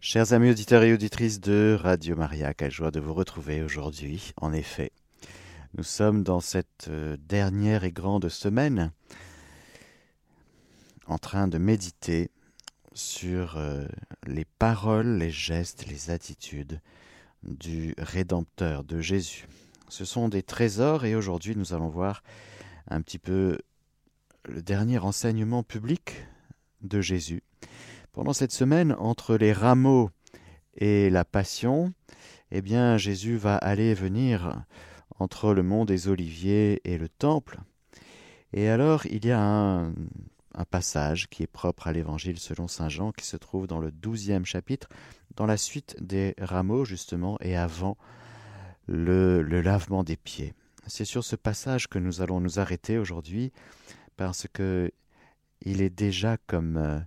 Chers amis auditeurs et auditrices de Radio Maria, quelle joie de vous retrouver aujourd'hui. En effet, nous sommes dans cette dernière et grande semaine en train de méditer sur les paroles, les gestes, les attitudes du Rédempteur, de Jésus. Ce sont des trésors et aujourd'hui nous allons voir un petit peu le dernier enseignement public de Jésus. Pendant cette semaine, entre les rameaux et la Passion, eh bien, Jésus va aller et venir entre le mont des Oliviers et le Temple. Et alors, il y a un passage qui est propre à l'Évangile selon saint Jean, qui se trouve dans le 12e chapitre, dans la suite des rameaux, justement, et avant le lavement des pieds. C'est sur ce passage que nous allons nous arrêter aujourd'hui, parce que il est déjà comme...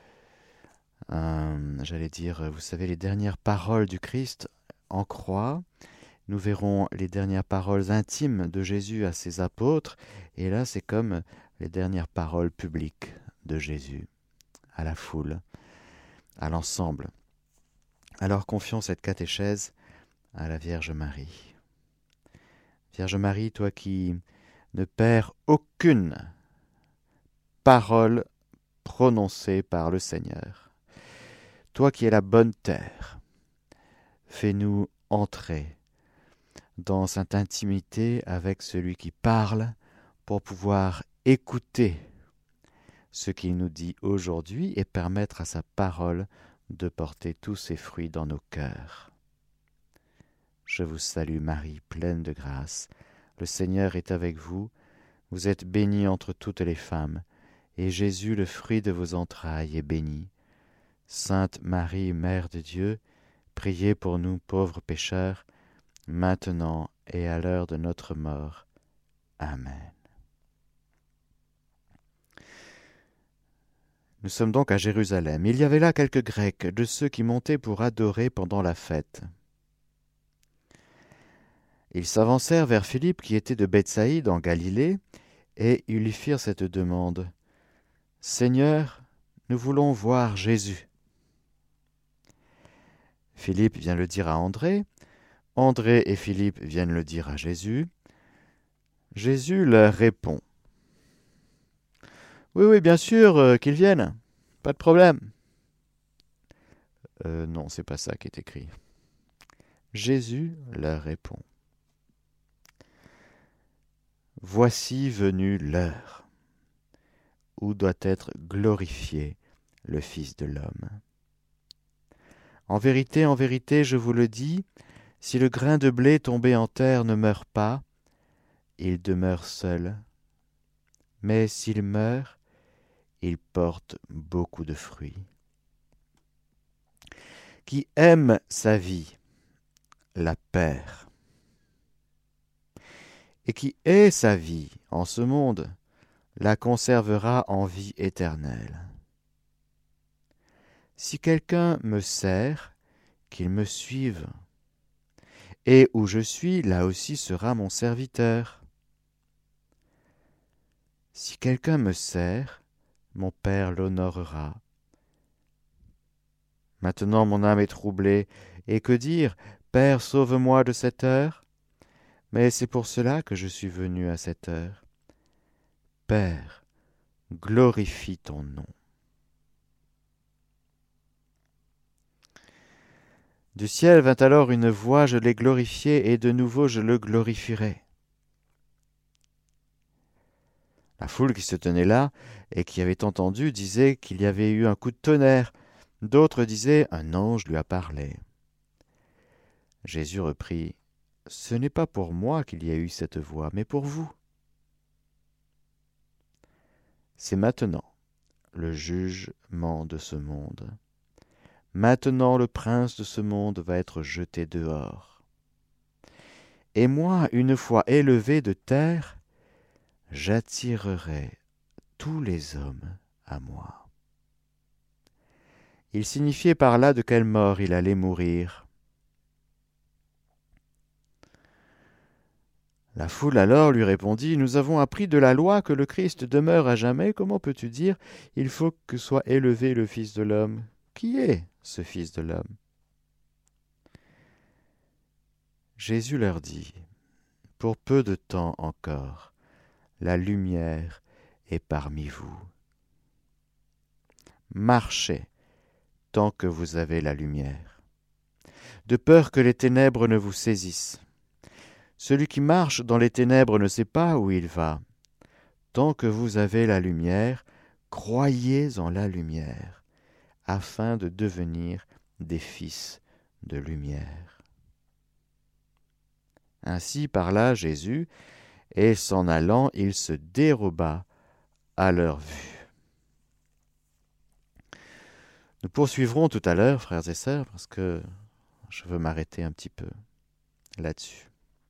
j'allais dire, vous savez, les dernières paroles du Christ en croix. Nous verrons les dernières paroles intimes de Jésus à ses apôtres, et là c'est comme les dernières paroles publiques de Jésus à la foule, à l'ensemble. Alors confions cette catéchèse à la Vierge Marie. Vierge Marie, toi qui ne perds aucune parole prononcée par le Seigneur, toi qui es la bonne terre, fais-nous entrer dans cette intimité avec celui qui parle pour pouvoir écouter ce qu'il nous dit aujourd'hui et permettre à sa parole de porter tous ses fruits dans nos cœurs. Je vous salue Marie, pleine de grâce. Le Seigneur est avec vous. Vous êtes bénie entre toutes les femmes, et Jésus, le fruit de vos entrailles, est béni. Sainte Marie, Mère de Dieu, priez pour nous pauvres pécheurs, maintenant et à l'heure de notre mort. Amen. Nous sommes donc à Jérusalem. Il y avait là quelques Grecs, de ceux qui montaient pour adorer pendant la fête. Ils s'avancèrent vers Philippe qui était de Bethsaïde en Galilée, et ils lui firent cette demande. « Seigneur, nous voulons voir Jésus. » Philippe vient le dire à André. André et Philippe viennent le dire à Jésus. Jésus leur répond. « Oui, bien sûr, qu'ils viennent. Pas de problème. » Non, c'est pas ça qui est écrit. Jésus leur répond. « Voici venu l'heure où doit être glorifié le Fils de l'homme. En vérité, je vous le dis, si le grain de blé tombé en terre ne meurt pas, il demeure seul. Mais s'il meurt, il porte beaucoup de fruits. Qui aime sa vie, la perd. Et qui hait sa vie en ce monde, la conservera en vie éternelle. Si quelqu'un me sert, qu'il me suive. Et où je suis, là aussi sera mon serviteur. Si quelqu'un me sert, mon Père l'honorera. Maintenant mon âme est troublée, et que dire, Père, sauve-moi de cette heure? Mais c'est pour cela que je suis venu à cette heure. Père, glorifie ton nom. Du ciel vint alors une voix, je l'ai glorifié, et de nouveau je le glorifierai. La foule qui se tenait là, et qui avait entendu, disait qu'il y avait eu un coup de tonnerre. D'autres disaient, un ange lui a parlé. Jésus reprit, ce n'est pas pour moi qu'il y a eu cette voix, mais pour vous. C'est maintenant le jugement de ce monde. Maintenant le prince de ce monde va être jeté dehors. Et moi, une fois élevé de terre, j'attirerai tous les hommes à moi. Il signifiait par là de quelle mort il allait mourir. La foule alors lui répondit, « Nous avons appris de la loi que le Christ demeure à jamais. Comment peux-tu dire, il faut que soit élevé le Fils de l'homme? Qui est ce Fils de l'homme. Jésus leur dit, pour peu de temps encore, la lumière est parmi vous. Marchez tant que vous avez la lumière, de peur que les ténèbres ne vous saisissent. Celui qui marche dans les ténèbres ne sait pas où il va. Tant que vous avez la lumière, croyez en la lumière, afin de devenir des fils de lumière. Ainsi parla Jésus, et s'en allant, il se déroba à leur vue. Nous poursuivrons tout à l'heure, frères et sœurs, parce que je veux m'arrêter un petit peu là-dessus.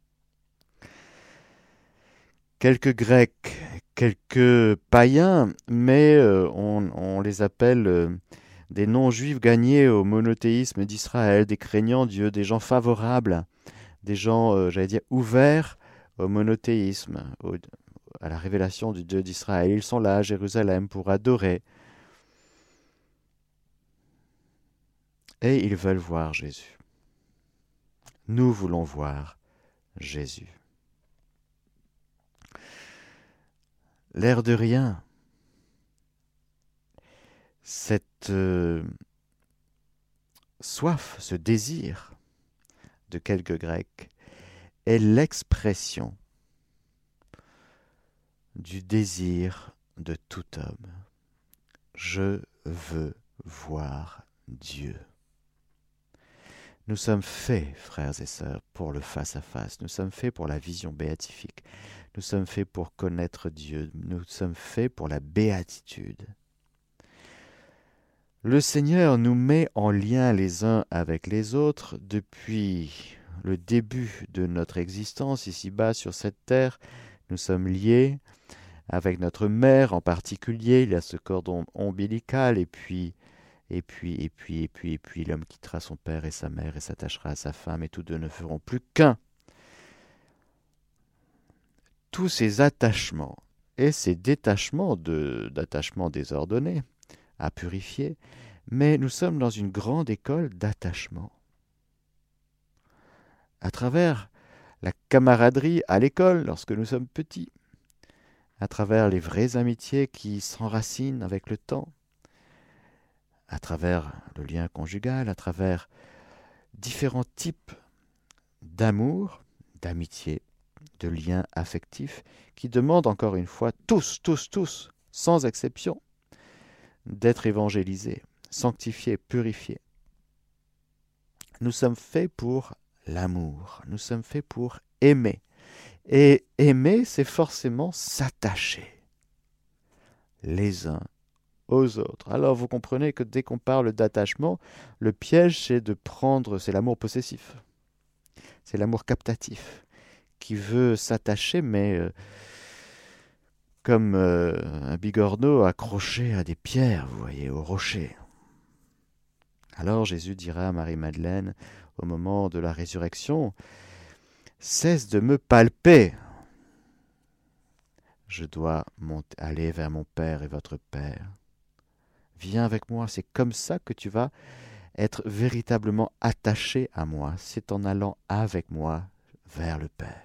Quelques Grecs, quelques païens, mais on les appelle des non-juifs gagnés au monothéisme d'Israël, des craignants Dieu, des gens favorables, des gens, ouverts au monothéisme, à la révélation du Dieu d'Israël. Ils sont là à Jérusalem pour adorer. Et ils veulent voir Jésus. Nous voulons voir Jésus. L'air de rien, cette soif, ce désir de quelques Grecs est l'expression du désir de tout homme. Je veux voir Dieu. Nous sommes faits, frères et sœurs, pour le face-à-face. Nous sommes faits pour la vision béatifique. Nous sommes faits pour connaître Dieu. Nous sommes faits pour la béatitude. Le Seigneur nous met en lien les uns avec les autres depuis le début de notre existence ici-bas sur cette terre. Nous sommes liés avec notre mère en particulier. Il y a ce cordon ombilical et puis l'homme quittera son père et sa mère et s'attachera à sa femme et tous deux ne feront plus qu'un. Tous ces attachements et ces détachements d'attachements désordonnés à purifier, mais nous sommes dans une grande école d'attachement. À travers la camaraderie à l'école lorsque nous sommes petits, à travers les vraies amitiés qui s'enracinent avec le temps, à travers le lien conjugal, à travers différents types d'amour, d'amitié, de liens affectifs qui demandent encore une fois tous, sans exception, d'être évangélisés, sanctifiés, purifiés. Nous sommes faits pour l'amour, nous sommes faits pour aimer. Et aimer, c'est forcément s'attacher les uns aux autres. Alors vous comprenez que dès qu'on parle d'attachement, le piège c'est l'amour possessif. C'est l'amour captatif qui veut s'attacher, mais comme un bigorneau accroché à des pierres, vous voyez, au rocher. Alors Jésus dira à Marie-Madeleine, au moment de la résurrection, « Cesse de me palper. Je dois aller vers mon Père et votre Père. Viens avec moi, c'est comme ça que tu vas être véritablement attaché à moi. C'est en allant avec moi vers le Père. »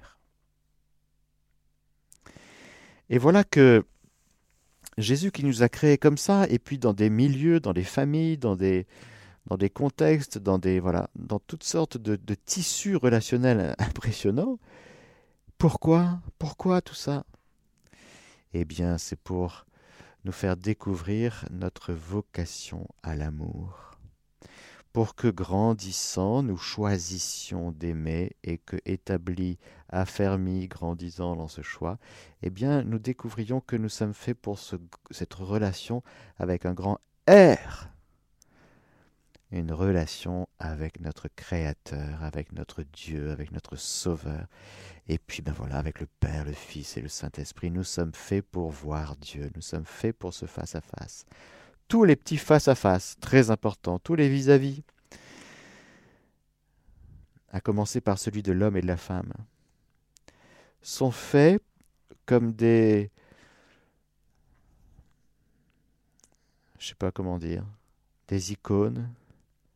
Et voilà que Jésus qui nous a créés comme ça, et puis dans des milieux, dans des familles, dans des contextes, dans toutes sortes de tissus relationnels impressionnants. Pourquoi tout ça? Eh bien, c'est pour nous faire découvrir notre vocation à l'amour, pour que grandissant, nous choisissions d'aimer et que établis, affermis, grandissant dans ce choix, eh bien, nous découvrions que nous sommes faits pour cette relation avec un grand R. Une relation avec notre Créateur, avec notre Dieu, avec notre Sauveur, et puis avec le Père, le Fils et le Saint-Esprit. Nous sommes faits pour voir Dieu, nous sommes faits pour ce face-à-face. Tous les petits face-à-face, très importants, tous les vis-à-vis, à commencer par celui de l'homme et de la femme, sont faits comme des... je ne sais pas comment dire, des icônes,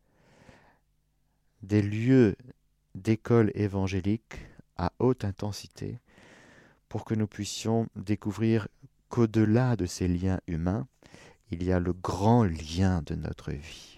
des lieux d'école évangélique à haute intensité pour que nous puissions découvrir qu'au-delà de ces liens humains, il y a le grand lien de notre vie.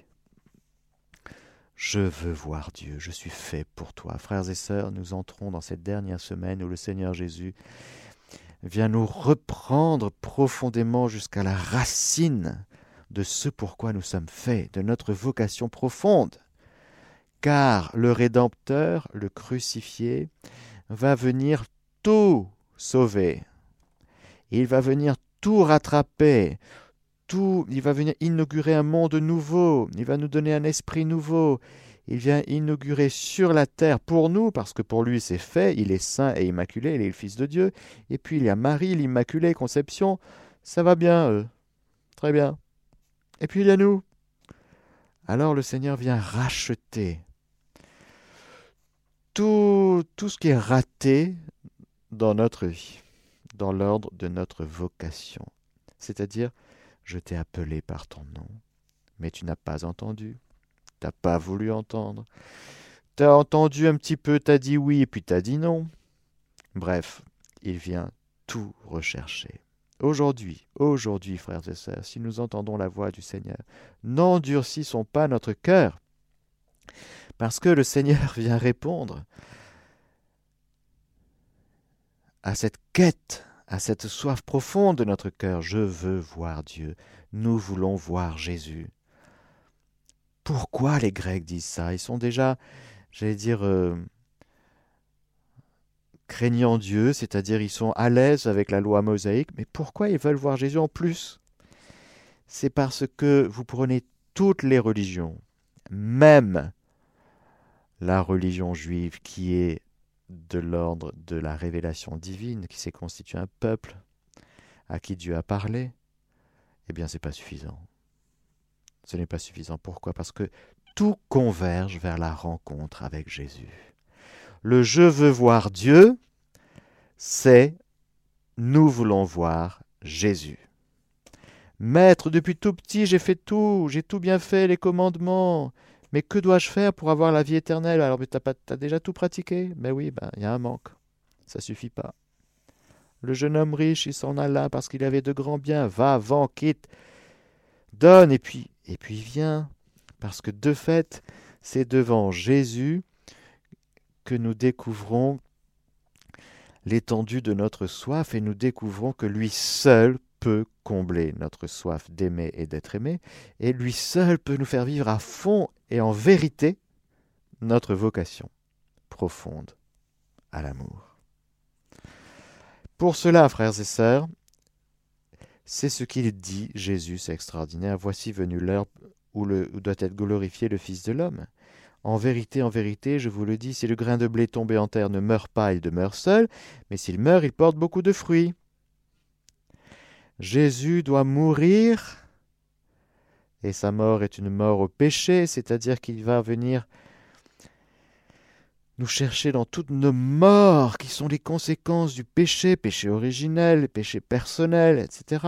Je veux voir Dieu, je suis fait pour toi. Frères et sœurs, nous entrons dans cette dernière semaine où le Seigneur Jésus vient nous reprendre profondément jusqu'à la racine de ce pourquoi nous sommes faits, de notre vocation profonde. Car le Rédempteur, le crucifié, va venir tout sauver. Il va venir tout rattraper, il va venir inaugurer un monde nouveau, il va nous donner un esprit nouveau. Il vient inaugurer sur la terre pour nous, parce que pour lui c'est fait, il est saint et immaculé, il est le Fils de Dieu. Et puis il y a Marie, l'Immaculée Conception, ça va bien, très bien. Et puis il y a nous. Alors le Seigneur vient racheter tout ce qui est raté dans notre vie, dans l'ordre de notre vocation. C'est-à-dire, je t'ai appelé par ton nom, mais tu n'as pas entendu. T'as pas voulu entendre. T'as entendu un petit peu, t'as dit oui et puis t'as dit non. Bref, il vient tout rechercher. Aujourd'hui, frères et sœurs, si nous entendons la voix du Seigneur, n'endurcissons pas notre cœur, parce que le Seigneur vient répondre à cette quête, à cette soif profonde de notre cœur. Je veux voir Dieu. Nous voulons voir Jésus. Pourquoi les Grecs disent ça? Ils sont déjà, craignant Dieu, c'est-à-dire ils sont à l'aise avec la loi mosaïque, mais pourquoi ils veulent voir Jésus en plus? C'est parce que vous prenez toutes les religions, même la religion juive qui est de l'ordre de la révélation divine, qui s'est constitué un peuple à qui Dieu a parlé, eh bien c'est pas suffisant. Ce n'est pas suffisant. Pourquoi? Parce que tout converge vers la rencontre avec Jésus. Le je veux voir Dieu, c'est nous voulons voir Jésus. Maître, depuis tout petit, j'ai tout bien fait, les commandements. Mais que dois-je faire pour avoir la vie éternelle? Alors, mais t'as déjà tout pratiqué? Mais oui, il y a un manque. Ça suffit pas. Le jeune homme riche, il s'en alla parce qu'il avait de grands biens. Va, vends, quitte, donne, et puis viens. Parce que de fait, c'est devant Jésus que nous découvrons l'étendue de notre soif et nous découvrons que lui seul peut combler notre soif d'aimer et d'être aimé, et lui seul peut nous faire vivre à fond et en vérité notre vocation profonde à l'amour. Pour cela, frères et sœurs, c'est ce qu'il dit, Jésus, c'est extraordinaire. Voici venue l'heure où doit être glorifié le Fils de l'homme. En vérité, je vous le dis, si le grain de blé tombé en terre ne meurt pas, il demeure seul, mais s'il meurt, il porte beaucoup de fruits. Jésus doit mourir, et sa mort est une mort au péché, c'est-à-dire qu'il va venir nous chercher dans toutes nos morts, qui sont les conséquences du péché, péché originel, péché personnel, etc.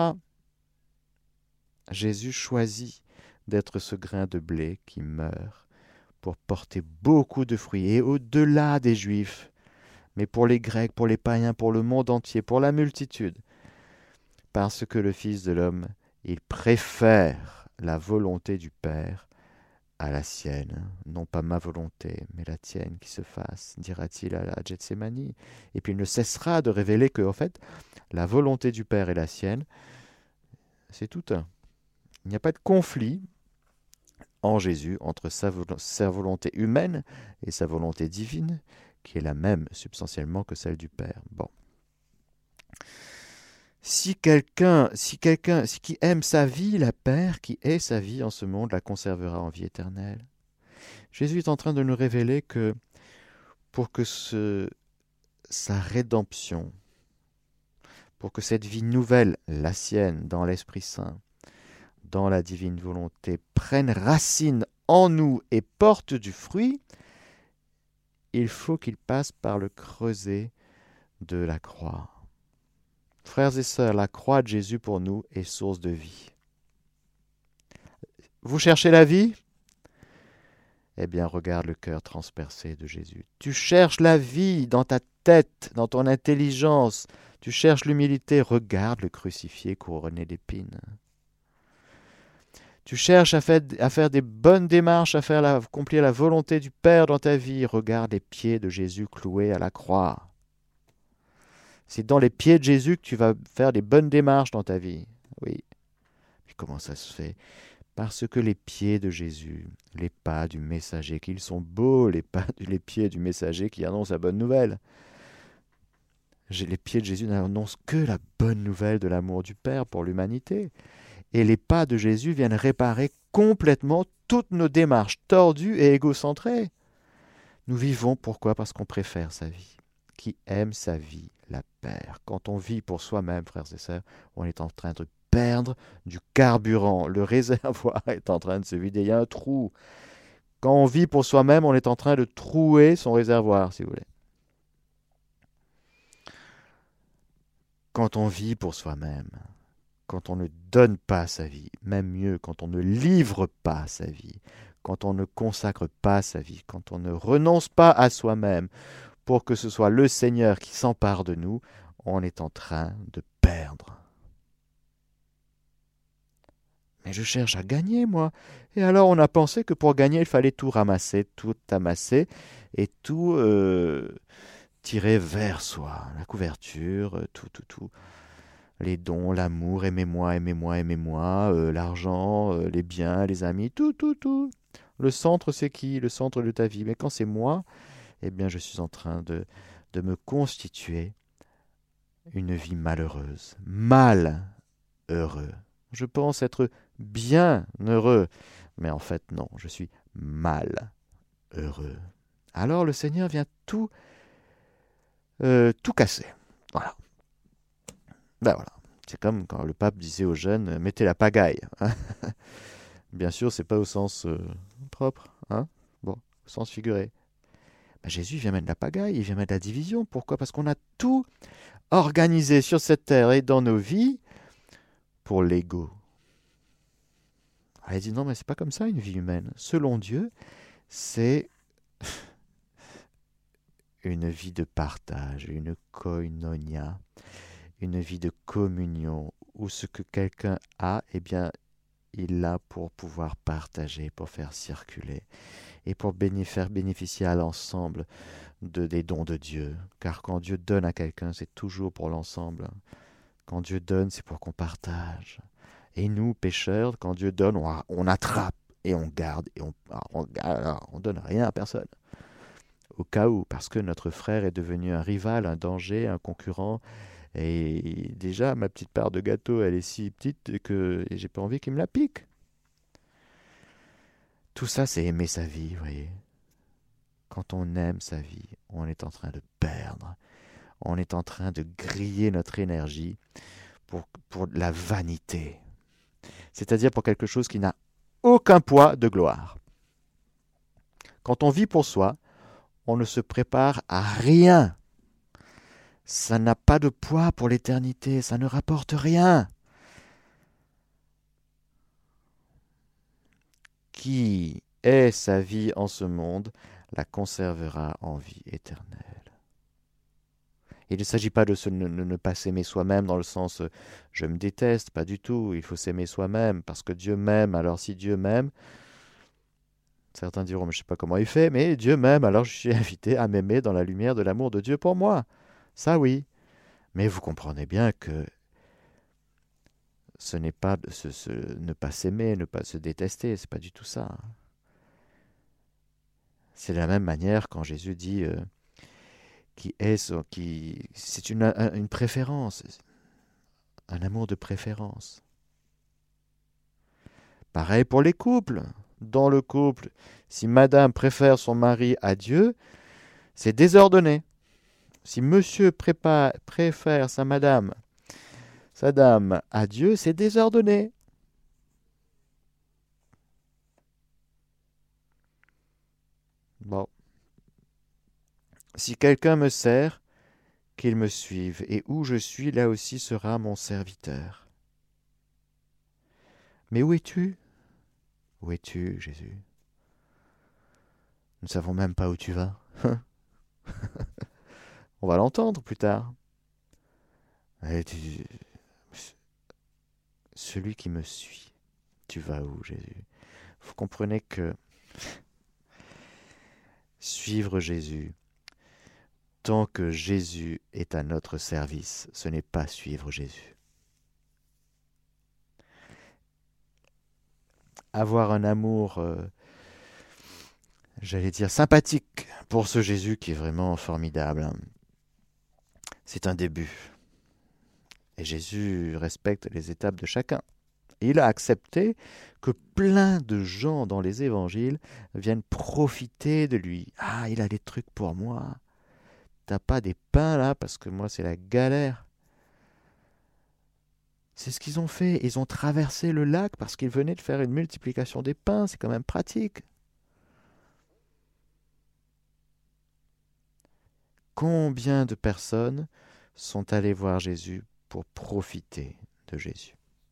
Jésus choisit d'être ce grain de blé qui meurt pour porter beaucoup de fruits, et au-delà des Juifs, mais pour les Grecs, pour les païens, pour le monde entier, pour la multitude, parce que le Fils de l'homme, il préfère la volonté du Père à la sienne, non pas ma volonté, mais la tienne qui se fasse, dira-t-il à Gethsémani. Et puis il ne cessera de révéler que, en fait, la volonté du Père et la sienne, c'est tout un. Il n'y a pas de conflit en Jésus entre sa volonté humaine et sa volonté divine, qui est la même substantiellement que celle du Père. Bon. Si quelqu'un qui aime sa vie, la Père qui est sa vie en ce monde, la conservera en vie éternelle. Jésus est en train de nous révéler que pour que sa rédemption, pour que cette vie nouvelle, la sienne, dans l'Esprit Saint, dans la divine volonté, prenne racine en nous et porte du fruit, il faut qu'il passe par le creuset de la croix. Frères et sœurs, la croix de Jésus pour nous est source de vie. Vous cherchez la vie? Eh bien, regarde le cœur transpercé de Jésus. Tu cherches la vie dans ta tête, dans ton intelligence. Tu cherches l'humilité. Regarde le crucifié couronné d'épines. Tu cherches à faire des bonnes démarches, accomplir la volonté du Père dans ta vie. Regarde les pieds de Jésus cloués à la croix. C'est dans les pieds de Jésus que tu vas faire des bonnes démarches dans ta vie. Oui. Mais comment ça se fait? Parce que les pieds de Jésus, les pas du messager, qu'ils sont beaux, les pieds du messager qui annonce la bonne nouvelle. Les pieds de Jésus n'annoncent que la bonne nouvelle de l'amour du Père pour l'humanité. Et les pas de Jésus viennent réparer complètement toutes nos démarches tordues et égocentrées. Nous vivons pourquoi? Parce qu'on préfère sa vie. Qui aime sa vie la perd. Quand on vit pour soi-même, frères et sœurs, on est en train de perdre du carburant. Le réservoir est en train de se vider. Il y a un trou. Quand on vit pour soi-même, on est en train de trouer son réservoir, si vous voulez. Quand on vit pour soi-même, quand on ne donne pas sa vie, même mieux, quand on ne livre pas sa vie, quand on ne consacre pas sa vie, quand on ne renonce pas à soi-même pour que ce soit le Seigneur qui s'empare de nous, on est en train de perdre. Mais je cherche à gagner, moi. Et alors on a pensé que pour gagner, il fallait tout ramasser, tout amasser et tout tirer vers soi. La couverture, tout. Les dons, l'amour, aimez-moi, aimez-moi, aimez-moi, l'argent, les biens, les amis, tout. Le centre, c'est qui? Le centre de ta vie. Mais quand c'est moi, eh bien, je suis en train de me constituer une vie malheureuse. Mal heureux. Je pense être bien heureux, mais en fait, non, je suis mal heureux. Alors le Seigneur vient tout casser. Voilà. Ben voilà. C'est comme quand le pape disait aux jeunes, mettez la pagaille. Hein. Bien sûr, c'est pas au sens propre, hein. Bon, au sens figuré. Ben, Jésus vient mettre la pagaille, il vient mettre la division. Pourquoi? Parce qu'on a tout organisé sur cette terre et dans nos vies pour l'ego. Il dit non, mais c'est pas comme ça une vie humaine. Selon Dieu, c'est une vie de partage, une koinonia, une vie de communion, où ce que quelqu'un a, eh bien, il l'a pour pouvoir partager, pour faire circuler, et pour faire bénéficier à l'ensemble des dons de Dieu. Car quand Dieu donne à quelqu'un, c'est toujours pour l'ensemble. Quand Dieu donne, c'est pour qu'on partage. Et nous, pécheurs, quand Dieu donne, on attrape, et on garde, et on donne rien à personne. Au cas où, parce que notre frère est devenu un rival, un danger, un concurrent. Et déjà, ma petite part de gâteau, elle est si petite que j'ai pas envie qu'il me la pique. Tout ça, c'est aimer sa vie, vous voyez. Quand on aime sa vie, on est en train de perdre. On est en train de griller notre énergie pour la vanité. C'est-à-dire pour quelque chose qui n'a aucun poids de gloire. Quand on vit pour soi, on ne se prépare à rien. Ça n'a pas de poids pour l'éternité, ça ne rapporte rien. Qui est sa vie en ce monde, la conservera en vie éternelle. Il ne s'agit pas de ne pas s'aimer soi-même dans le sens je me déteste, pas du tout. Il faut s'aimer soi-même parce que Dieu m'aime. Alors si Dieu m'aime, certains diront mais je ne sais pas comment il fait, mais Dieu m'aime, alors je suis invité à m'aimer dans la lumière de l'amour de Dieu pour moi. Ça oui. Mais vous comprenez bien que ce n'est pas ne pas s'aimer, ne pas se détester, c'est pas du tout ça. C'est de la même manière quand Jésus dit c'est une préférence, un amour de préférence. Pareil pour les couples. Dans le couple, si madame préfère son mari à Dieu, c'est désordonné. Si monsieur préfère sa dame à Dieu, c'est désordonné. Bon. Si quelqu'un me sert, qu'il me suive, et où je suis, là aussi sera mon serviteur. Mais où es-tu? Où es-tu, Jésus? ne savons même pas où tu vas. On va l'entendre plus tard. Et celui qui me suit, tu vas où, Jésus? Vous comprenez que suivre Jésus, tant que Jésus est à notre service, ce n'est pas suivre Jésus. Avoir un amour, j'allais dire, sympathique pour ce Jésus qui est vraiment formidable, c'est un début. Et Jésus respecte les étapes de chacun. Et il a accepté que plein de gens dans les évangiles viennent profiter de lui. Ah, il a des trucs pour moi. T'as pas des pains là, parce que moi c'est la galère. C'est ce qu'ils ont fait. Ils ont traversé le lac parce qu'ils venaient de faire une multiplication des pains. C'est quand même pratique. Combien de personnes sont allées voir Jésus pour profiter de Jésus?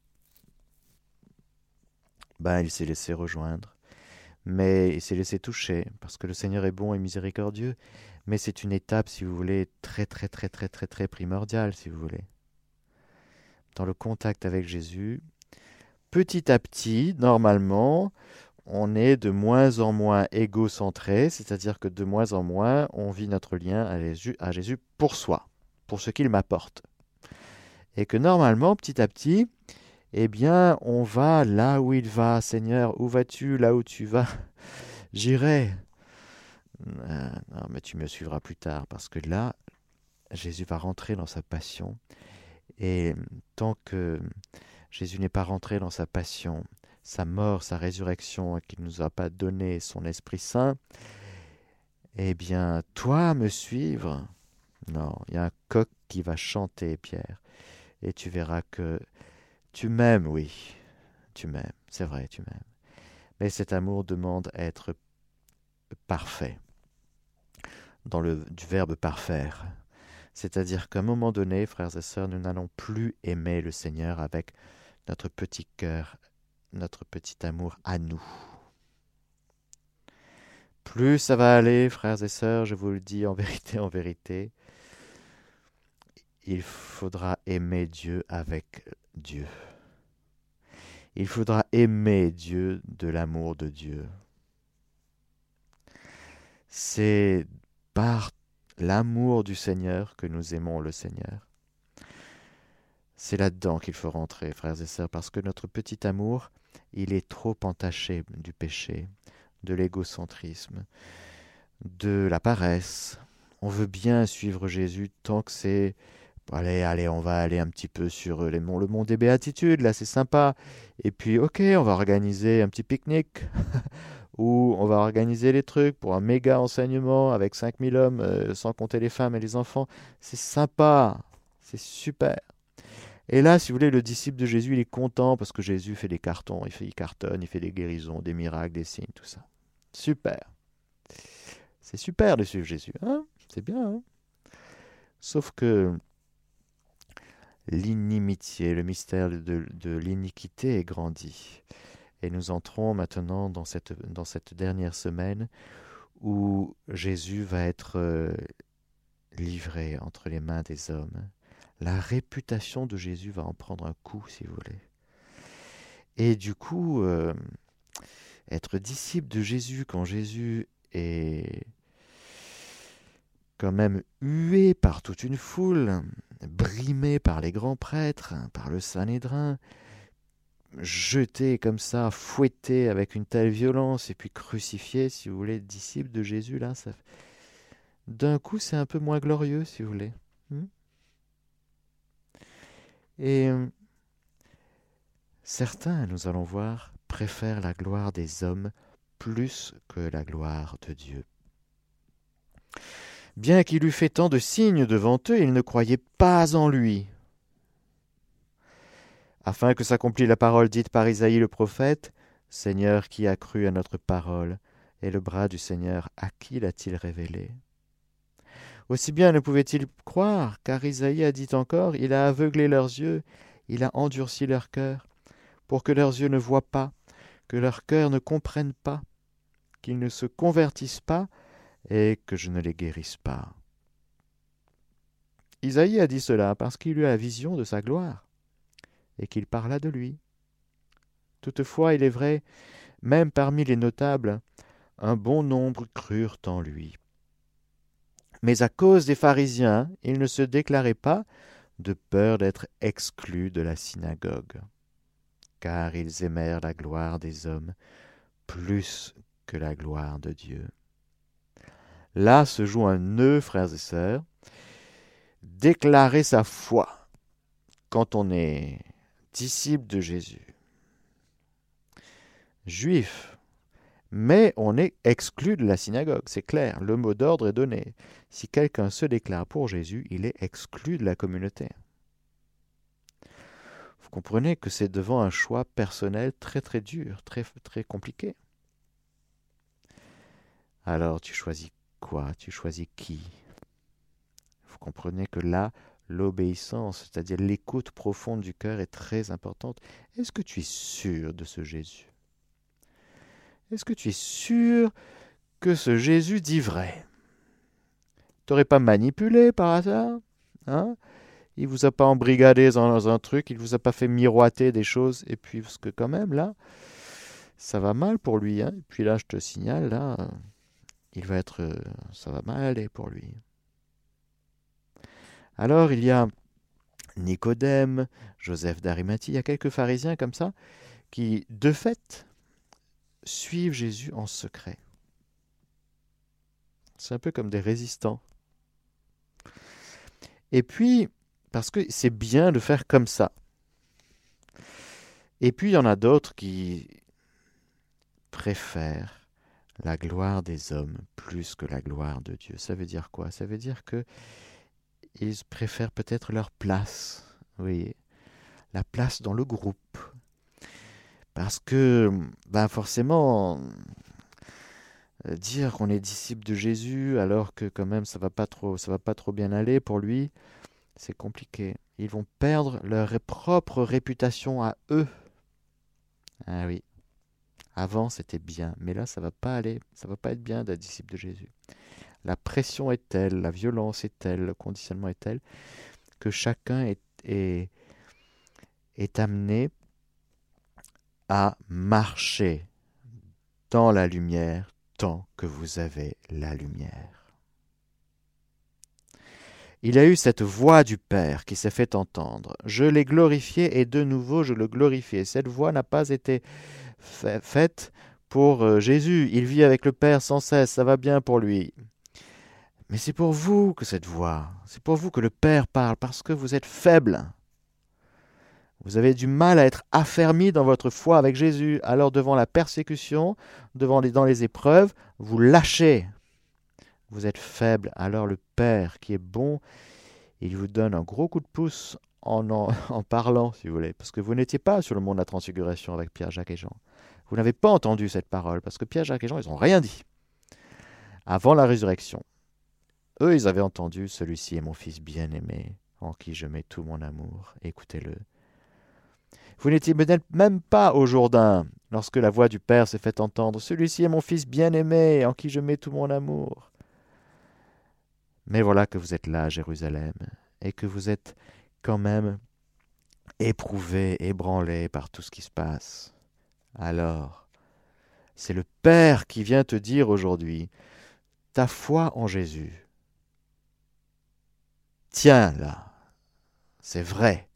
Il s'est laissé rejoindre, mais il s'est laissé toucher, parce que le Seigneur est bon et miséricordieux, mais c'est une étape, si vous voulez, très très très très très très primordiale, si vous voulez. Dans le contact avec Jésus, petit à petit, normalement, on est de moins en moins égocentré, c'est-à-dire que de moins en moins, on vit notre lien à Jésus pour soi, pour ce qu'il m'apporte. Et que normalement, petit à petit, eh bien, on va là où il va. Seigneur, où vas-tu? Là où tu vas, j'irai. Non, mais tu me suivras plus tard, parce que là, Jésus va rentrer dans sa passion. Et tant que Jésus n'est pas rentré dans sa passion, sa mort, sa résurrection, et qu'il ne nous a pas donné son Esprit Saint, eh bien, toi, me suivre? Non, il y a un coq qui va chanter, Pierre. Et tu verras que tu m'aimes, oui, tu m'aimes, c'est vrai, tu m'aimes. Mais cet amour demande à être parfait, du verbe parfaire. C'est-à-dire qu'à un moment donné, frères et sœurs, nous n'allons plus aimer le Seigneur avec notre petit cœur, notre petit amour à nous. Plus ça va aller, frères et sœurs, je vous le dis en vérité, il faudra aimer Dieu avec Dieu. Il faudra aimer Dieu de l'amour de Dieu. C'est par l'amour du Seigneur que nous aimons le Seigneur. C'est là-dedans qu'il faut rentrer, frères et sœurs, parce que notre petit amour, il est trop entaché du péché, de l'égocentrisme, de la paresse. On veut bien suivre Jésus tant que c'est... Allez, on va aller un petit peu sur le mont des Béatitudes, là c'est sympa. Et puis, ok, on va organiser un petit pique-nique, ou on va organiser les trucs pour un méga enseignement avec 5000 hommes, sans compter les femmes et les enfants. C'est sympa, c'est super. Et là, si vous voulez, le disciple de Jésus, il est content parce que Jésus fait des cartons, il cartonne, il fait des guérisons, des miracles, des signes, tout ça. Super. C'est super de suivre Jésus, hein? C'est bien, hein? Sauf que l'inimitié, le mystère de l'iniquité est grandi. Et nous entrons maintenant dans cette dernière semaine où Jésus va être livré entre les mains des hommes. La réputation de Jésus va en prendre un coup, si vous voulez. Et du coup, être disciple de Jésus quand Jésus est quand même hué par toute une foule, brimé par les grands prêtres, par le Sanhédrin, jeté comme ça, fouetté avec une telle violence, et puis crucifié, si vous voulez, disciple de Jésus, là, d'un coup, c'est un peu moins glorieux, si vous voulez. Et certains, nous allons voir, préfèrent la gloire des hommes plus que la gloire de Dieu. Bien qu'il eût fait tant de signes devant eux, ils ne croyaient pas en lui. Afin que s'accomplisse la parole dite par Isaïe le prophète, « Seigneur, qui a cru à notre parole? Et le bras du Seigneur, à qui l'a-t-il révélé ?» Aussi bien ne pouvaient-ils croire, car Isaïe a dit encore, « Il a aveuglé leurs yeux, il a endurci leur cœur, pour que leurs yeux ne voient pas, que leur cœur ne comprenne pas, qu'ils ne se convertissent pas et que je ne les guérisse pas. Isaïe a dit cela parce qu'il eut la vision de sa gloire et qu'il parla de lui. Toutefois, il est vrai, même parmi les notables, un bon nombre crurent en lui. Mais à cause des pharisiens, il ne se déclarait pas de peur d'être exclus de la synagogue, car ils aimèrent la gloire des hommes plus que la gloire de Dieu. Là se joue un nœud, frères et sœurs. Déclarer sa foi quand on est disciple de Jésus, juif, mais on est exclu de la synagogue, c'est clair, le mot d'ordre est donné. Si quelqu'un se déclare pour Jésus, il est exclu de la communauté. Vous comprenez que c'est devant un choix personnel très très dur, très très compliqué. Alors tu choisis quoi? Tu choisis qui? Vous comprenez que là, l'obéissance, c'est-à-dire l'écoute profonde du cœur est très importante. Est-ce que tu es sûr de ce Jésus? Est-ce que tu es sûr que ce Jésus dit vrai? Tu n'aurais pas manipulé par hasard? Hein? Il vous a pas embrigadé dans un truc, il vous a pas fait miroiter des choses, et puis parce que quand même, là, ça va mal pour lui. Hein? Et puis là, je te signale, là, ça va mal aller pour lui. Alors, il y a Nicodème, Joseph d'Arimathie, il y a quelques pharisiens comme ça, qui, de fait, suivent Jésus en secret. C'est un peu comme des résistants. Et puis, parce que c'est bien de faire comme ça. Et puis, il y en a d'autres qui préfèrent la gloire des hommes plus que la gloire de Dieu. Ça veut dire quoi? Ça veut dire que ils préfèrent peut-être leur place, vous voyez, la place dans le groupe. Parce que, forcément, dire qu'on est disciple de Jésus alors que quand même ça va pas trop bien aller pour lui, c'est compliqué. Ils vont perdre leur propre réputation à eux. Ah oui. Avant c'était bien, mais là ça va pas aller, ça va pas être bien d'être disciple de Jésus. La pression est telle, la violence est telle, le conditionnement est tel que chacun est amené à marcher dans la lumière tant que vous avez la lumière. Il a eu cette voix du Père qui s'est fait entendre. Je l'ai glorifié et de nouveau je le glorifie. Cette voix n'a pas été faite pour Jésus. Il vit avec le Père sans cesse, ça va bien pour lui. Mais c'est pour vous que cette voix, c'est pour vous que le Père parle, parce que vous êtes faible. Vous avez du mal à être affermi dans votre foi avec Jésus. Alors devant la persécution, dans les épreuves, vous lâchez. Vous êtes faible. Alors le Père qui est bon, il vous donne un gros coup de pouce en parlant, si vous voulez. Parce que vous n'étiez pas sur le mont de la Transfiguration avec Pierre, Jacques et Jean. Vous n'avez pas entendu cette parole, parce que Pierre, Jacques et Jean, ils n'ont rien dit. Avant la résurrection, eux, ils avaient entendu « Celui-ci est mon fils bien-aimé, en qui je mets tout mon amour. Écoutez-le. » Vous n'étiez même pas au Jourdain, lorsque la voix du Père s'est fait entendre « Celui-ci est mon fils bien-aimé, en qui je mets tout mon amour. » Mais voilà que vous êtes là à Jérusalem, et que vous êtes quand même éprouvé, ébranlé par tout ce qui se passe. Alors, c'est le Père qui vient te dire aujourd'hui, ta foi en Jésus, tiens là, c'est vrai.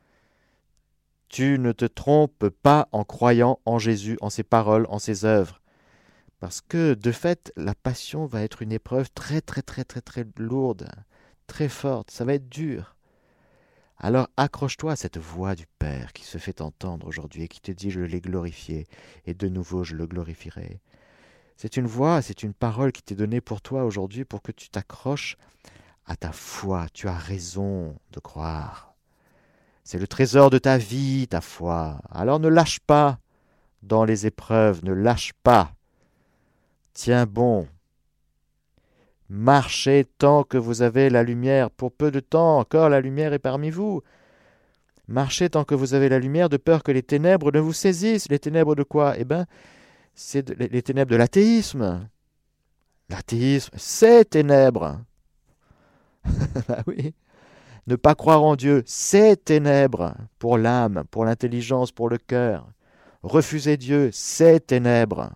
Tu ne te trompes pas en croyant en Jésus, en ses paroles, en ses œuvres. Parce que, de fait, la passion va être une épreuve très, très, très, très, très lourde, très forte. Ça va être dur. Alors accroche-toi à cette voix du Père qui se fait entendre aujourd'hui et qui te dit « Je l'ai glorifié, et de nouveau je le glorifierai ». C'est une voix, c'est une parole qui t'est donnée pour toi aujourd'hui pour que tu t'accroches à ta foi. Tu as raison de croire. C'est le trésor de ta vie, ta foi. Alors ne lâche pas dans les épreuves, ne lâche pas. Tiens bon. Marchez tant que vous avez la lumière. Pour peu de temps encore, la lumière est parmi vous. Marchez tant que vous avez la lumière, de peur que les ténèbres ne vous saisissent. Les ténèbres de quoi? C'est les ténèbres de l'athéisme. L'athéisme, c'est ténèbres. Bah oui. Ne pas croire en Dieu, c'est ténèbres pour l'âme, pour l'intelligence, pour le cœur. Refuser Dieu, c'est ténèbres.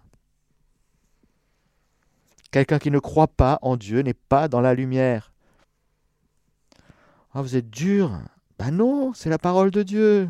Quelqu'un qui ne croit pas en Dieu n'est pas dans la lumière. Ah, vous êtes dur. Ben non, c'est la parole de Dieu.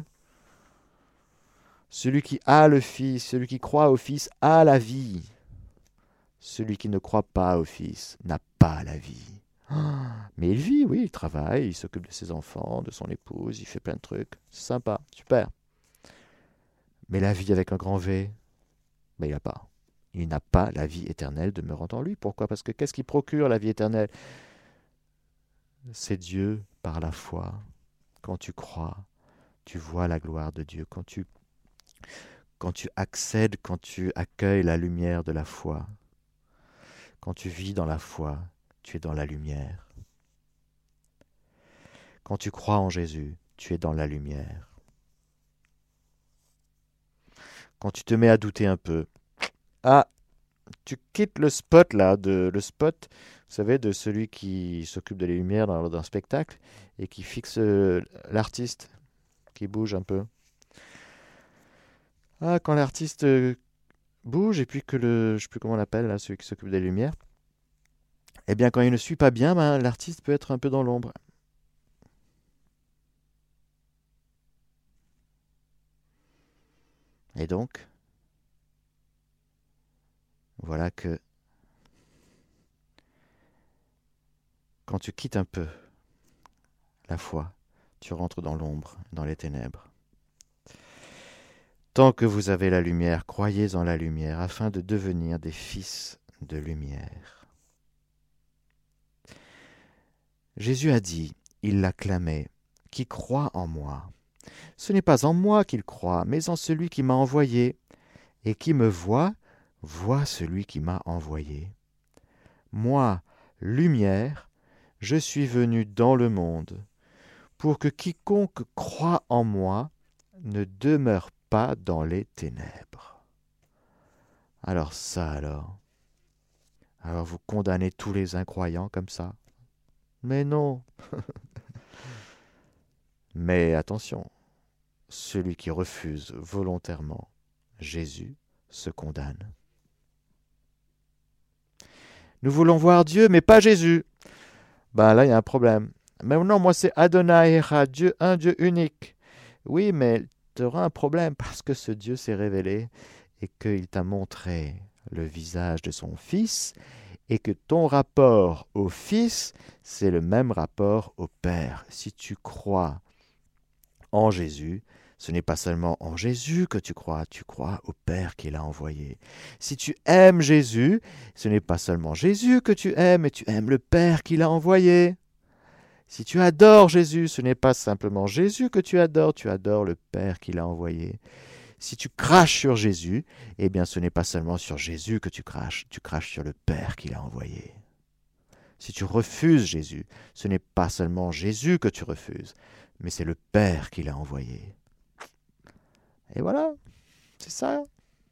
Celui qui a le Fils, celui qui croit au Fils a la vie. Celui qui ne croit pas au Fils n'a pas la vie. Mais il vit, oui, il travaille, il s'occupe de ses enfants, de son épouse, il fait plein de trucs. C'est sympa, super. Mais la vie avec un grand V, ben il n'a pas. Il n'a pas la vie éternelle demeurant en lui. Pourquoi? Parce que qu'est-ce qui procure la vie éternelle? C'est Dieu par la foi. Quand tu crois, tu vois la gloire de Dieu. Quand tu accèdes, quand tu accueilles la lumière de la foi, quand tu vis dans la foi, tu es dans la lumière. Quand tu crois en Jésus, tu es dans la lumière. Quand tu te mets à douter un peu, ah, tu quittes le spot là, le spot, vous savez, de celui qui s'occupe de la lumière dans un spectacle et qui fixe l'artiste, qui bouge un peu. Ah, quand l'artiste bouge et puis que je ne sais plus comment on l'appelle là, celui qui s'occupe des lumières, eh bien quand il ne suit pas bien, ben, l'artiste peut être un peu dans l'ombre. Et donc, voilà que quand tu quittes un peu la foi, tu rentres dans l'ombre, dans les ténèbres. Tant que vous avez la lumière, croyez en la lumière, afin de devenir des fils de lumière. Jésus a dit, il l'acclamait, qui croit en moi. Ce n'est pas en moi qu'il croit, mais en celui qui m'a envoyé. Et qui me voit, voit celui qui m'a envoyé. Moi, lumière, je suis venu dans le monde, pour que quiconque croit en moi ne demeure pas dans les ténèbres. Alors ça alors vous condamnez tous les incroyants comme ça? Mais non. Mais attention, celui qui refuse volontairement Jésus se condamne. Nous voulons voir Dieu, mais pas Jésus. Ben là, il y a un problème. Mais non, moi c'est Adonai Echad, Dieu, un Dieu unique. Oui, mais tu auras un problème parce que ce Dieu s'est révélé et qu'il t'a montré le visage de son Fils et que ton rapport au Fils, c'est le même rapport au Père. Si tu crois en Jésus, ce n'est pas seulement en Jésus que tu crois au Père qui l'a envoyé. Si tu aimes Jésus, ce n'est pas seulement Jésus que tu aimes, mais tu aimes le Père qui l'a envoyé. Si tu adores Jésus, ce n'est pas simplement Jésus que tu adores le Père qui l'a envoyé. Si tu craches sur Jésus, eh bien ce n'est pas seulement sur Jésus que tu craches sur le Père qui l'a envoyé. Si tu refuses Jésus, ce n'est pas seulement Jésus que tu refuses, mais c'est le Père qui l'a envoyé. Et voilà, c'est ça.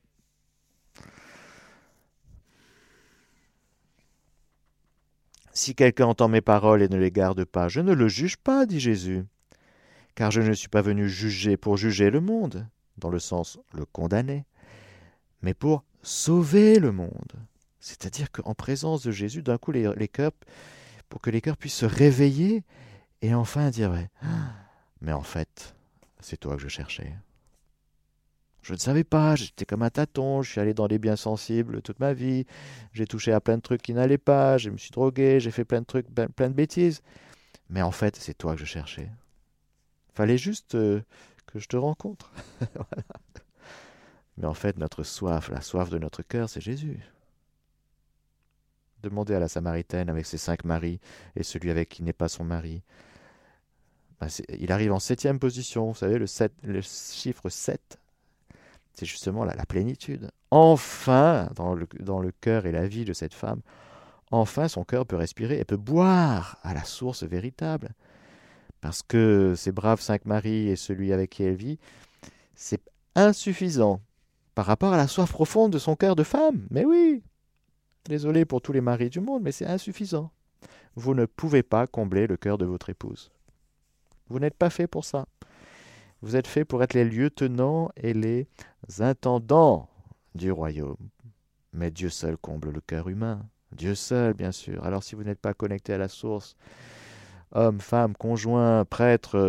Si quelqu'un entend mes paroles et ne les garde pas, je ne le juge pas, dit Jésus, car je ne suis pas venu juger pour juger le monde, dans le sens le condamner, mais pour sauver le monde. C'est-à-dire qu'en présence de Jésus, d'un coup, les cœurs, pour que les cœurs puissent se réveiller et enfin dire mais en fait, c'est toi que je cherchais. Je ne savais pas, j'étais comme un tâton, je suis allé dans des biens sensibles toute ma vie, j'ai touché à plein de trucs qui n'allaient pas, je me suis drogué, j'ai fait plein de trucs, plein de bêtises. Mais en fait, c'est toi que je cherchais. Fallait juste que je te rencontre. Voilà. Mais en fait, notre soif, la soif de notre cœur, c'est Jésus. Demandez à la Samaritaine avec ses 5 maris et celui avec qui n'est pas son mari. Il arrive en 7e position, vous savez, le chiffre 7. C'est justement la plénitude. Enfin, dans le cœur et la vie de cette femme, enfin son cœur peut respirer, elle peut boire à la source véritable. Parce que ces braves 5 maris et celui avec qui elle vit, c'est insuffisant par rapport à la soif profonde de son cœur de femme. Mais oui, désolé pour tous les maris du monde, mais c'est insuffisant. Vous ne pouvez pas combler le cœur de votre épouse. Vous n'êtes pas fait pour ça. Vous êtes fait pour être les lieutenants et les intendants du royaume. Mais Dieu seul comble le cœur humain. Dieu seul, bien sûr. Alors si vous n'êtes pas connecté à la source, homme, femme, conjoint, prêtre,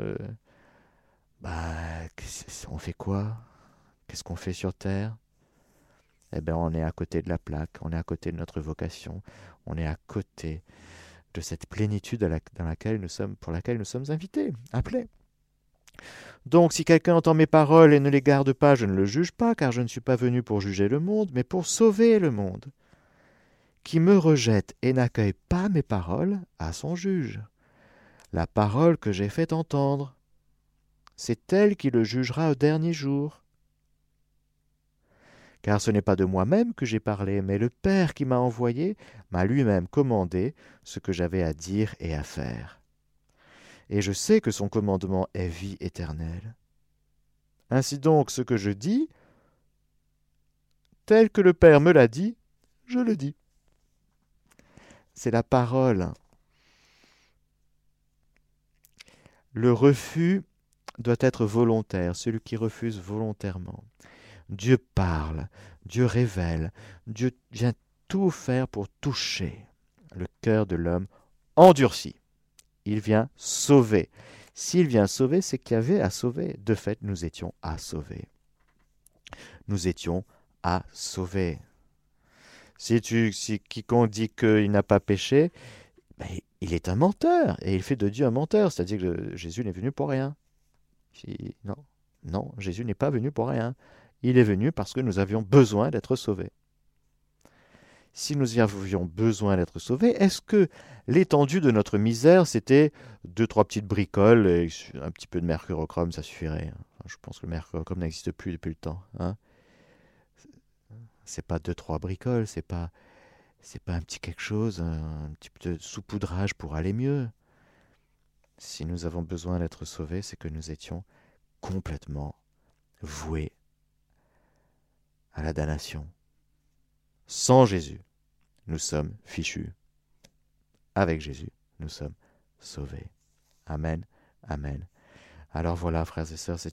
on fait quoi? Qu'est-ce qu'on fait sur terre? Eh bien, on est à côté de la plaque, on est à côté de notre vocation, on est à côté de cette plénitude pour laquelle nous sommes invités, appelés. Donc, si quelqu'un entend mes paroles et ne les garde pas, je ne le juge pas, car je ne suis pas venu pour juger le monde, mais pour sauver le monde. Qui me rejette et n'accueille pas mes paroles a son juge. La parole que j'ai fait entendre, c'est elle qui le jugera au dernier jour. Car ce n'est pas de moi-même que j'ai parlé, mais le Père qui m'a envoyé m'a lui-même commandé ce que j'avais à dire et à faire. Et je sais que son commandement est vie éternelle. Ainsi donc, ce que je dis, tel que le Père me l'a dit, je le dis. C'est la parole. Le refus doit être volontaire, celui qui refuse volontairement. Dieu parle, Dieu révèle, Dieu vient tout faire pour toucher le cœur de l'homme endurci. Il vient sauver. S'il vient sauver, c'est qu'il y avait à sauver. De fait, nous étions à sauver. Nous étions à sauver. Si quiconque dit qu'il n'a pas péché, ben, il est un menteur, et il fait de Dieu un menteur, c'est-à-dire que Jésus n'est venu pour rien. Non, Jésus n'est pas venu pour rien. Il est venu parce que nous avions besoin d'être sauvés. Si nous avions besoin d'être sauvés, est-ce que l'étendue de notre misère, c'était 2-3 petites bricoles et un petit peu de mercurochrome, ça suffirait? Je pense que le mercurochrome n'existe plus depuis le temps. C'est pas 2-3 bricoles, c'est pas un petit quelque chose, un petit peu de saupoudrage pour aller mieux. Si nous avons besoin d'être sauvés, c'est que nous étions complètement voués à la damnation. Sans Jésus, nous sommes fichus. Avec Jésus, nous sommes sauvés. Amen, amen. Alors voilà, frères et sœurs,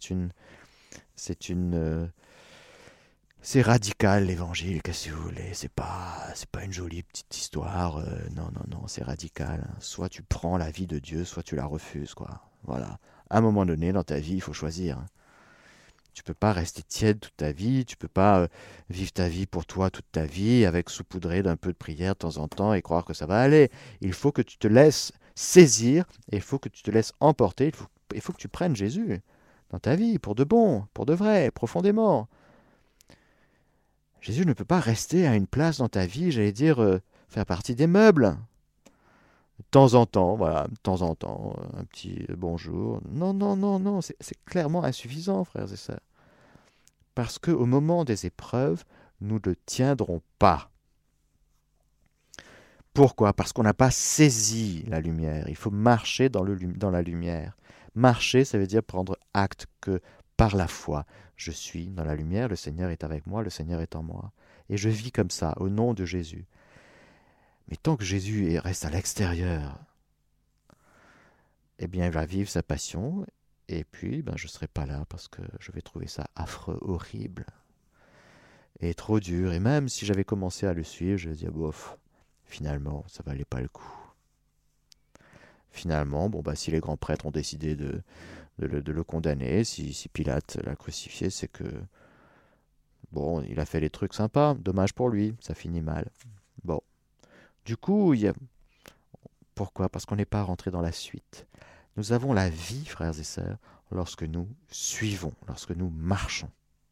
c'est radical l'évangile, qu'est-ce que vous voulez? C'est pas une jolie petite histoire. Non, c'est radical. Soit tu prends la vie de Dieu, soit tu la refuses, quoi. Voilà. À un moment donné, dans ta vie, il faut choisir. Tu peux pas rester tiède toute ta vie, tu peux pas vivre ta vie pour toi toute ta vie, avec saupoudré d'un peu de prière de temps en temps et croire que ça va aller. Il faut que tu te laisses saisir, et il faut que tu te laisses emporter, il faut que tu prennes Jésus dans ta vie, pour de bon, pour de vrai, profondément. Jésus ne peut pas rester à une place dans ta vie, j'allais dire, faire partie des meubles. De temps en temps, voilà, de temps en temps, un petit bonjour. Non, c'est clairement insuffisant, frères et sœurs. Parce qu'au moment des épreuves, nous ne tiendrons pas. Pourquoi? Parce qu'on n'a pas saisi la lumière. Il faut marcher dans la lumière. Marcher, ça veut dire prendre acte que par la foi, je suis dans la lumière, le Seigneur est avec moi, le Seigneur est en moi. Et je vis comme ça, au nom de Jésus. Mais tant que Jésus reste à l'extérieur, eh bien, il va vivre sa passion, et puis je ne serai pas là parce que je vais trouver ça affreux, horrible, et trop dur. Et même si j'avais commencé à le suivre, je vais dire, bof, finalement, ça valait pas le coup. Finalement, si les grands prêtres ont décidé de le condamner, si Pilate l'a crucifié, c'est que, il a fait les trucs sympas, dommage pour lui, ça finit mal. Du coup, pourquoi? Parce qu'on n'est pas rentré dans la suite. Nous avons la vie, frères et sœurs, lorsque nous suivons, lorsque nous marchons.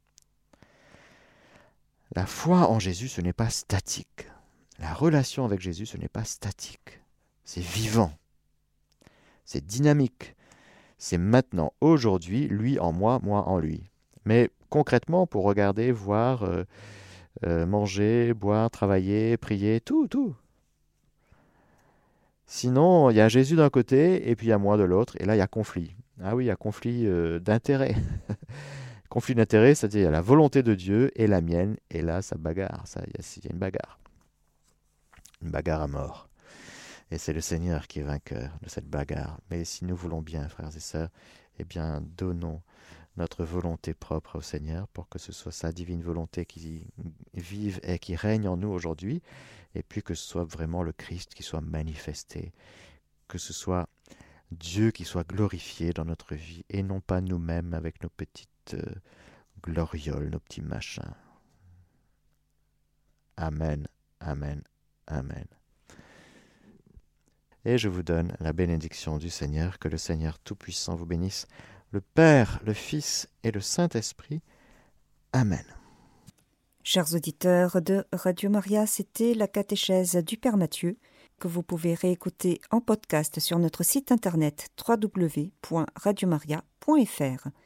La foi en Jésus, ce n'est pas statique. La relation avec Jésus, ce n'est pas statique. C'est vivant. C'est dynamique. C'est maintenant, aujourd'hui, lui en moi, moi en lui. Mais concrètement, pour regarder, voir, manger, boire, travailler, prier, tout. Sinon, il y a Jésus d'un côté et puis il y a moi de l'autre. Et là, il y a conflit. Ah oui, il y a conflit d'intérêts. conflit d'intérêts, c'est-à-dire il y a la volonté de Dieu et la mienne, et là, ça bagarre, il y a une bagarre. Une bagarre à mort. Et c'est le Seigneur qui est vainqueur de cette bagarre. Mais si nous voulons bien, frères et sœurs, eh bien, donnons notre volonté propre au Seigneur pour que ce soit sa divine volonté qui vive et qui règne en nous aujourd'hui, et puis que ce soit vraiment le Christ qui soit manifesté, que ce soit Dieu qui soit glorifié dans notre vie, et non pas nous-mêmes avec nos petites glorioles, nos petits machins. Amen, amen, amen. Et je vous donne la bénédiction du Seigneur, que le Seigneur Tout-Puissant vous bénisse, le Père, le Fils et le Saint-Esprit. Amen. Chers auditeurs de Radio Maria, c'était la catéchèse du Père Mathieu, que vous pouvez réécouter en podcast sur notre site internet www.radiomaria.fr.